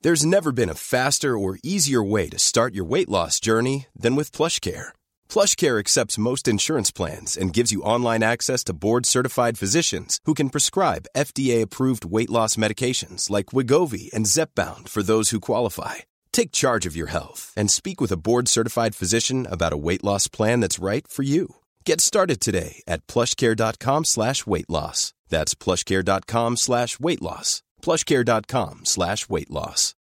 There's never been a faster or easier way to start your weight loss journey than with PlushCare. PlushCare accepts most insurance plans and gives you online access to board-certified physicians who can prescribe FDA-approved weight loss medications like Wegovy and Zepbound for those who qualify. Take charge of your health and speak with a board-certified physician about a weight loss plan that's right for you. Get started today at plushcare.com/weightloss. That's plushcare.com/weightloss. plushcare.com/weightloss.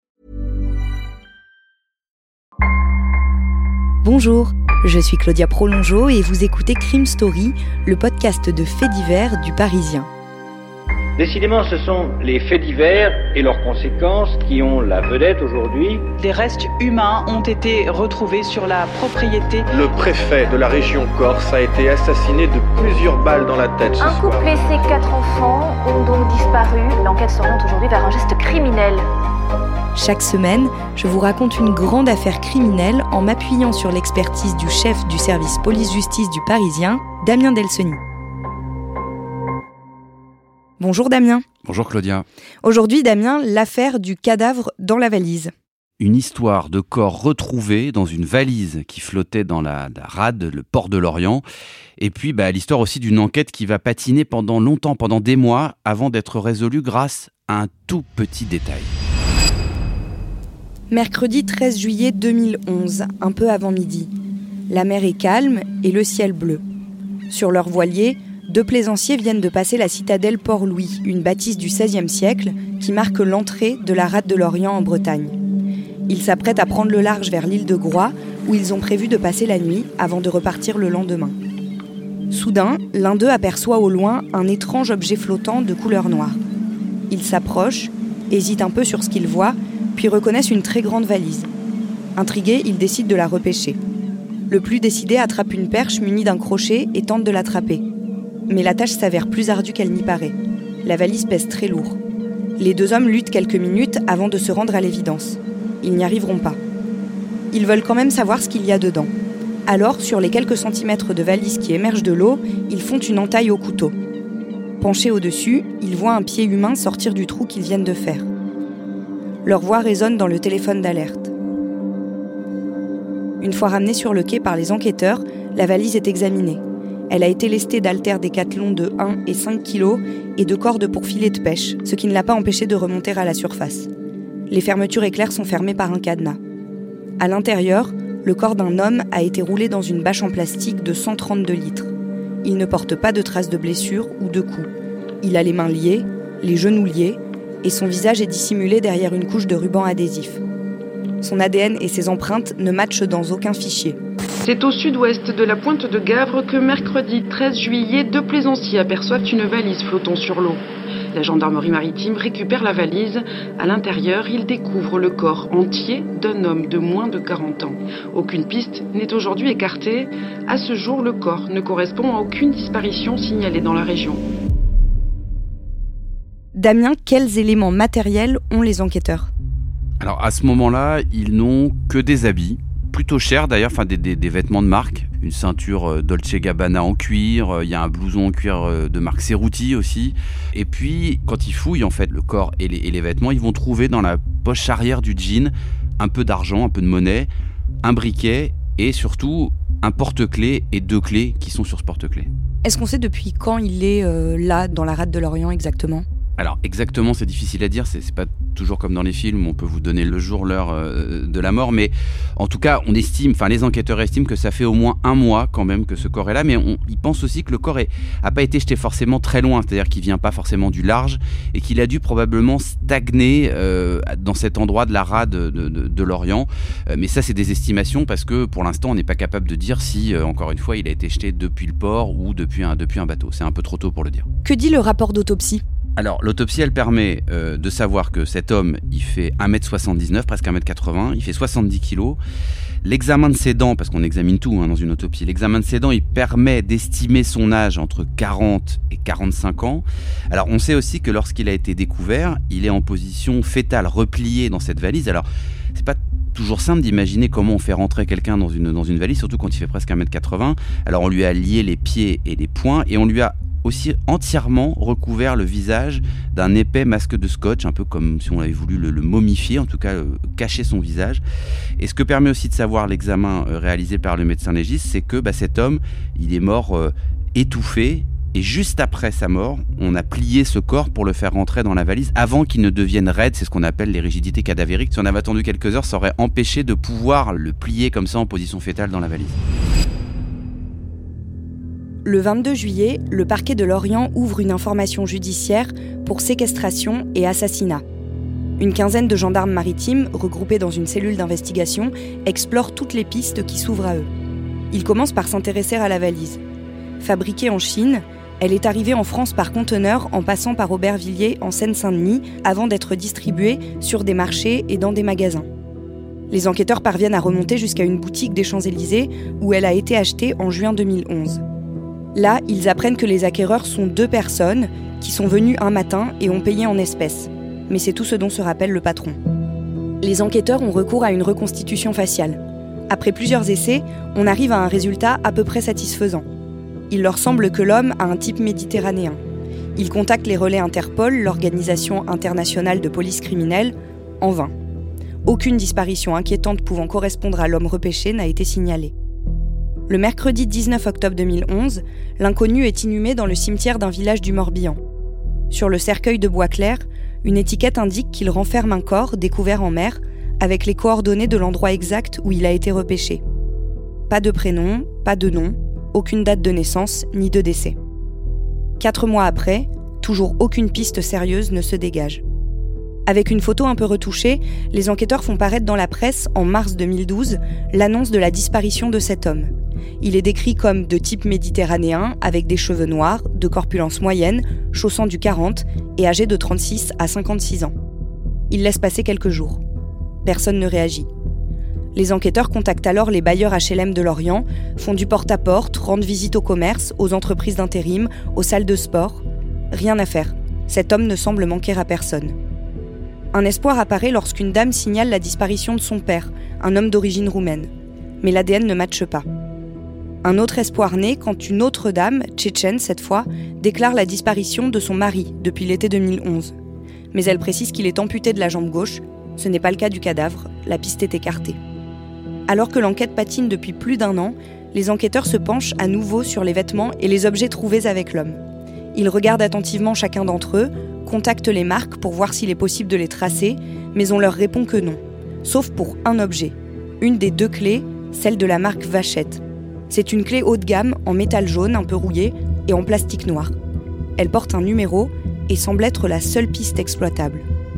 Bonjour, je suis Claudia Prolongeau et vous écoutez Crime Story, le podcast de faits divers du Parisien. Décidément, ce sont les faits divers et leurs conséquences qui ont la vedette aujourd'hui. Des restes humains ont été retrouvés sur la propriété. Le préfet de la région Corse a été assassiné de plusieurs balles dans la tête ce soir. Un couple et ses 4 enfants ont donc disparu. L'enquête s'oriente aujourd'hui vers un geste criminel. Chaque semaine, je vous raconte une grande affaire criminelle en m'appuyant sur l'expertise du chef du service police-justice du Parisien, Damien Delseny. Bonjour Damien. Bonjour Claudia. Aujourd'hui Damien, l'affaire du cadavre dans la valise. Une histoire de corps retrouvé dans une valise qui flottait dans la rade, le port de Lorient. Et puis l'histoire aussi d'une enquête qui va patiner pendant longtemps, pendant des mois, avant d'être résolue grâce à un tout petit détail. Mercredi 13 juillet 2011, un peu avant midi. La mer est calme et le ciel bleu. Sur leur voilier, 2 plaisanciers viennent de passer la citadelle Port-Louis, une bâtisse du XVIe siècle qui marque l'entrée de la rade de Lorient en Bretagne. Ils s'apprêtent à prendre le large vers l'île de Groix, où ils ont prévu de passer la nuit avant de repartir le lendemain. Soudain, l'un d'eux aperçoit au loin un étrange objet flottant de couleur noire. Ils s'approchent, hésitent un peu sur ce qu'ils voient, puis reconnaissent une très grande valise. Intrigués, ils décident de la repêcher. Le plus décidé attrape une perche munie d'un crochet et tente de l'attraper. Mais la tâche s'avère plus ardue qu'elle n'y paraît. La valise pèse très lourd. Les 2 hommes luttent quelques minutes avant de se rendre à l'évidence. Ils n'y arriveront pas. Ils veulent quand même savoir ce qu'il y a dedans. Alors, sur les quelques centimètres de valise qui émergent de l'eau, ils font une entaille au couteau. Penchés au-dessus, ils voient un pied humain sortir du trou qu'ils viennent de faire. Leur voix résonne dans le téléphone d'alerte. Une fois ramenée sur le quai par les enquêteurs, la valise est examinée. Elle a été lestée d'haltères Décathlon de 1 et 5 kg et de cordes pour filets de pêche, ce qui ne l'a pas empêché de remonter à la surface. Les fermetures éclairs sont fermées par un cadenas. À l'intérieur, le corps d'un homme a été roulé dans une bâche en plastique de 132 litres. Il ne porte pas de traces de blessures ou de coups. Il a les mains liées, les genoux liés, et son visage est dissimulé derrière une couche de ruban adhésif. Son ADN et ses empreintes ne matchent dans aucun fichier. C'est au sud-ouest de la pointe de Gavre que mercredi 13 juillet, 2 plaisanciers aperçoivent une valise flottant sur l'eau. La gendarmerie maritime récupère la valise. À l'intérieur, ils découvrent le corps entier d'un homme de moins de 40 ans. Aucune piste n'est aujourd'hui écartée. À ce jour, le corps ne correspond à aucune disparition signalée dans la région. Damien, quels éléments matériels ont les enquêteurs ? Alors à ce moment-là, ils n'ont que des habits, plutôt chers d'ailleurs, des vêtements de marque, une ceinture Dolce Gabbana en cuir, il y a un blouson en cuir de marque Cerruti aussi. Et puis quand ils fouillent en fait le corps et les vêtements, ils vont trouver dans la poche arrière du jean un peu d'argent, un peu de monnaie, un briquet et surtout un porte-clés et 2 clés qui sont sur ce porte-clés. Est-ce qu'on sait depuis quand il est là, dans la rade de Lorient exactement ? Alors exactement, c'est difficile à dire, c'est pas toujours comme dans les films, on peut vous donner le jour, l'heure de la mort, mais en tout cas, les enquêteurs estiment que ça fait au moins 1 mois quand même que ce corps est là, mais ils pensent aussi que le corps a pas été jeté forcément très loin, c'est-à-dire qu'il vient pas forcément du large et qu'il a dû probablement stagner dans cet endroit de la rade de Lorient, mais ça c'est des estimations parce que pour l'instant on n'est pas capable de dire si, encore une fois, il a été jeté depuis le port ou depuis un bateau, c'est un peu trop tôt pour le dire. Que dit le rapport d'autopsie ? Alors, l'autopsie, elle permet de savoir que cet homme, il fait 1m79, presque 1m80, il fait 70 kg. L'examen de ses dents, parce qu'on examine tout dans une autopsie, l'examen de ses dents, il permet d'estimer son âge entre 40 et 45 ans. Alors, on sait aussi que lorsqu'il a été découvert, il est en position fétale, replié dans cette valise. Alors, c'est pas toujours simple d'imaginer comment on fait rentrer quelqu'un dans une valise, surtout quand il fait presque 1m80. Alors, on lui a lié les pieds et les poings et on lui a aussi entièrement recouvert le visage d'un épais masque de scotch, un peu comme si on avait voulu le momifier, en tout cas cacher son visage. Et ce que permet aussi de savoir l'examen réalisé par le médecin légiste, c'est que cet homme, il est mort étouffé. Et juste après sa mort, on a plié ce corps pour le faire rentrer dans la valise avant qu'il ne devienne raide. C'est ce qu'on appelle les rigidités cadavériques. Si on avait attendu quelques heures, ça aurait empêché de pouvoir le plier comme ça en position fétale dans la valise. Le 22 juillet, le parquet de Lorient ouvre une information judiciaire pour séquestration et assassinat. Une quinzaine de gendarmes maritimes, regroupés dans une cellule d'investigation, explorent toutes les pistes qui s'ouvrent à eux. Ils commencent par s'intéresser à la valise. Fabriquée en Chine, elle est arrivée en France par conteneur en passant par Aubervilliers en Seine-Saint-Denis avant d'être distribuée sur des marchés et dans des magasins. Les enquêteurs parviennent à remonter jusqu'à une boutique des Champs-Élysées où elle a été achetée en juin 2011. Là, ils apprennent que les acquéreurs sont 2 personnes qui sont venues un matin et ont payé en espèces. Mais c'est tout ce dont se rappelle le patron. Les enquêteurs ont recours à une reconstitution faciale. Après plusieurs essais, on arrive à un résultat à peu près satisfaisant. Il leur semble que l'homme a un type méditerranéen. Ils contactent les relais Interpol, l'Organisation internationale de police criminelle, en vain. Aucune disparition inquiétante pouvant correspondre à l'homme repêché n'a été signalée. Le mercredi 19 octobre 2011, l'inconnu est inhumé dans le cimetière d'un village du Morbihan. Sur le cercueil de bois clair, une étiquette indique qu'il renferme un corps découvert en mer avec les coordonnées de l'endroit exact où il a été repêché. Pas de prénom, pas de nom, aucune date de naissance ni de décès. 4 mois après, toujours aucune piste sérieuse ne se dégage. Avec une photo un peu retouchée, les enquêteurs font paraître dans la presse, en mars 2012, l'annonce de la disparition de cet homme. Il est décrit comme de type méditerranéen, avec des cheveux noirs, de corpulence moyenne, chaussant du 40 et âgé de 36 à 56 ans. Il laisse passer quelques jours. Personne ne réagit. Les enquêteurs contactent alors les bailleurs HLM de Lorient, font du porte-à-porte, rendent visite aux commerces, aux entreprises d'intérim, aux salles de sport. Rien à faire. Cet homme ne semble manquer à personne. Un espoir apparaît lorsqu'une dame signale la disparition de son père, un homme d'origine roumaine. Mais l'ADN ne matche pas. Un autre espoir naît quand une autre dame, tchétchène cette fois, déclare la disparition de son mari depuis l'été 2011. Mais elle précise qu'il est amputé de la jambe gauche. Ce n'est pas le cas du cadavre, la piste est écartée. Alors que l'enquête patine depuis plus d'1 an, les enquêteurs se penchent à nouveau sur les vêtements et les objets trouvés avec l'homme. Ils regardent attentivement chacun d'entre eux, contactent les marques pour voir s'il est possible de les tracer, mais on leur répond que non. Sauf pour un objet. Une des 2 clés, celle de la marque Vachette. C'est une clé haut de gamme en métal jaune un peu rouillé et en plastique noir. Elle porte un numéro et semble être la seule piste exploitable.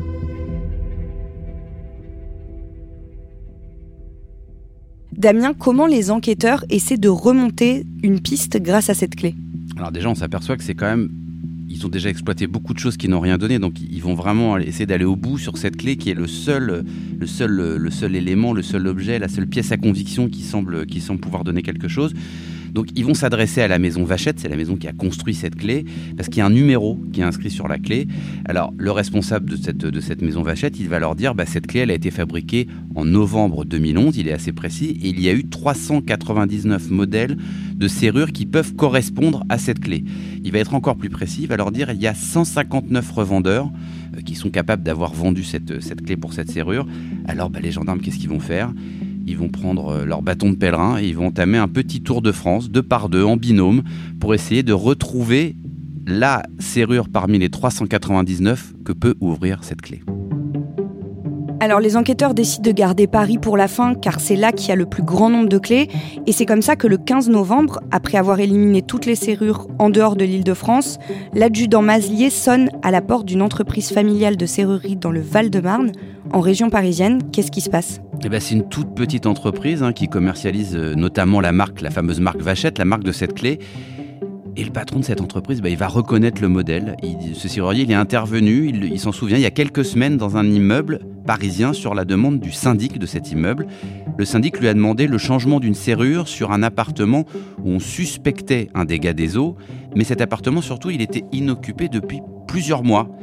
Damien, comment les enquêteurs essaient de remonter une piste grâce à cette clé ? Alors déjà, on s'aperçoit que c'est quand même... Ils ont déjà exploité beaucoup de choses qui n'ont rien donné, donc ils vont vraiment essayer d'aller au bout sur cette clé qui est le seul élément, le seul objet, la seule pièce à conviction qui semble pouvoir donner quelque chose. Donc ils vont s'adresser à la maison Vachette, c'est la maison qui a construit cette clé, parce qu'il y a un numéro qui est inscrit sur la clé. Alors le responsable de cette maison Vachette, il va leur dire cette clé elle a été fabriquée en novembre 2011, il est assez précis, et il y a eu 399 modèles de serrures qui peuvent correspondre à cette clé. Il va être encore plus précis, il va leur dire il y a 159 revendeurs qui sont capables d'avoir vendu cette clé pour cette serrure. Alors les gendarmes, qu'est-ce qu'ils vont faire ? Ils vont prendre leur bâton de pèlerin et ils vont entamer un petit tour de France, 2 par 2, en binôme, pour essayer de retrouver la serrure parmi les 399 que peut ouvrir cette clé. Alors les enquêteurs décident de garder Paris pour la fin, car c'est là qu'il y a le plus grand nombre de clés. Et c'est comme ça que le 15 novembre, après avoir éliminé toutes les serrures en dehors de l'Île-de-France, l'adjudant Mazlier sonne à la porte d'une entreprise familiale de serrurerie dans le Val-de-Marne, en région parisienne. Qu'est-ce qui se passe ? C'est une toute petite entreprise qui commercialise notamment la fameuse marque Vachette, la marque de cette clé. Et le patron de cette entreprise, il va reconnaître le modèle. Ce serrurier, il est intervenu, il s'en souvient, il y a quelques semaines dans un immeuble parisien sur la demande du syndic de cet immeuble. Le syndic lui a demandé le changement d'une serrure sur un appartement où on suspectait un dégât des eaux. Mais cet appartement, surtout, il était inoccupé depuis plusieurs mois.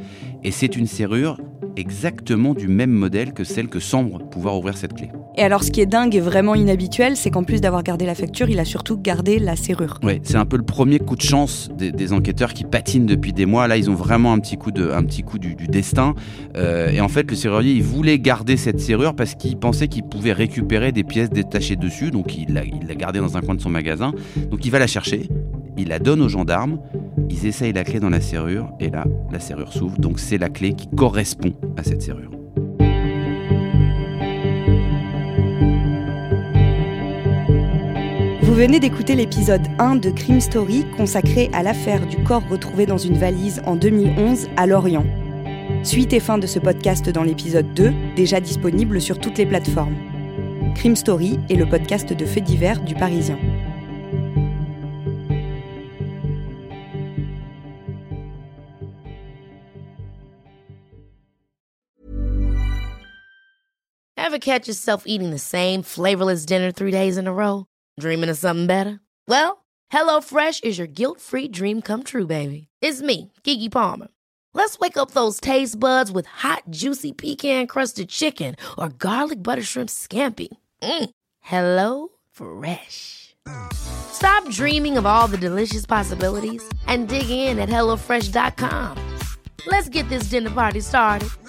Et c'est une serrure exactement du même modèle que celle que semble pouvoir ouvrir cette clé. Et alors, ce qui est dingue et vraiment inhabituel, c'est qu'en plus d'avoir gardé la facture, il a surtout gardé la serrure. Ouais, c'est un peu le premier coup de chance des enquêteurs qui patinent depuis des mois. Là, ils ont vraiment un petit coup du destin. Et en fait, le serrurier, il voulait garder cette serrure parce qu'il pensait qu'il pouvait récupérer des pièces détachées dessus. Donc, il l'a gardée dans un coin de son magasin. Donc, il va la chercher. Il la donne aux gendarmes. Ils essayent la clé dans la serrure. Et là, la serrure s'ouvre. Donc, c'est la clé qui correspond à cette serrure. Vous venez d'écouter l'épisode 1 de Crime Story consacré à l'affaire du corps retrouvé dans une valise en 2011 à Lorient. Suite et fin de ce podcast dans l'épisode 2, déjà disponible sur toutes les plateformes. Crime Story est le podcast de faits divers du Parisien. Ever catch yourself eating the same flavorless dinner 3 days in a row? Dreaming of something better? Well, HelloFresh is your guilt-free dream come true, baby. It's me, Keke Palmer. Let's wake up those taste buds with hot, juicy pecan-crusted chicken or garlic butter shrimp scampi. Hello Fresh. Stop dreaming of all the delicious possibilities and dig in at HelloFresh.com. Let's get this dinner party started.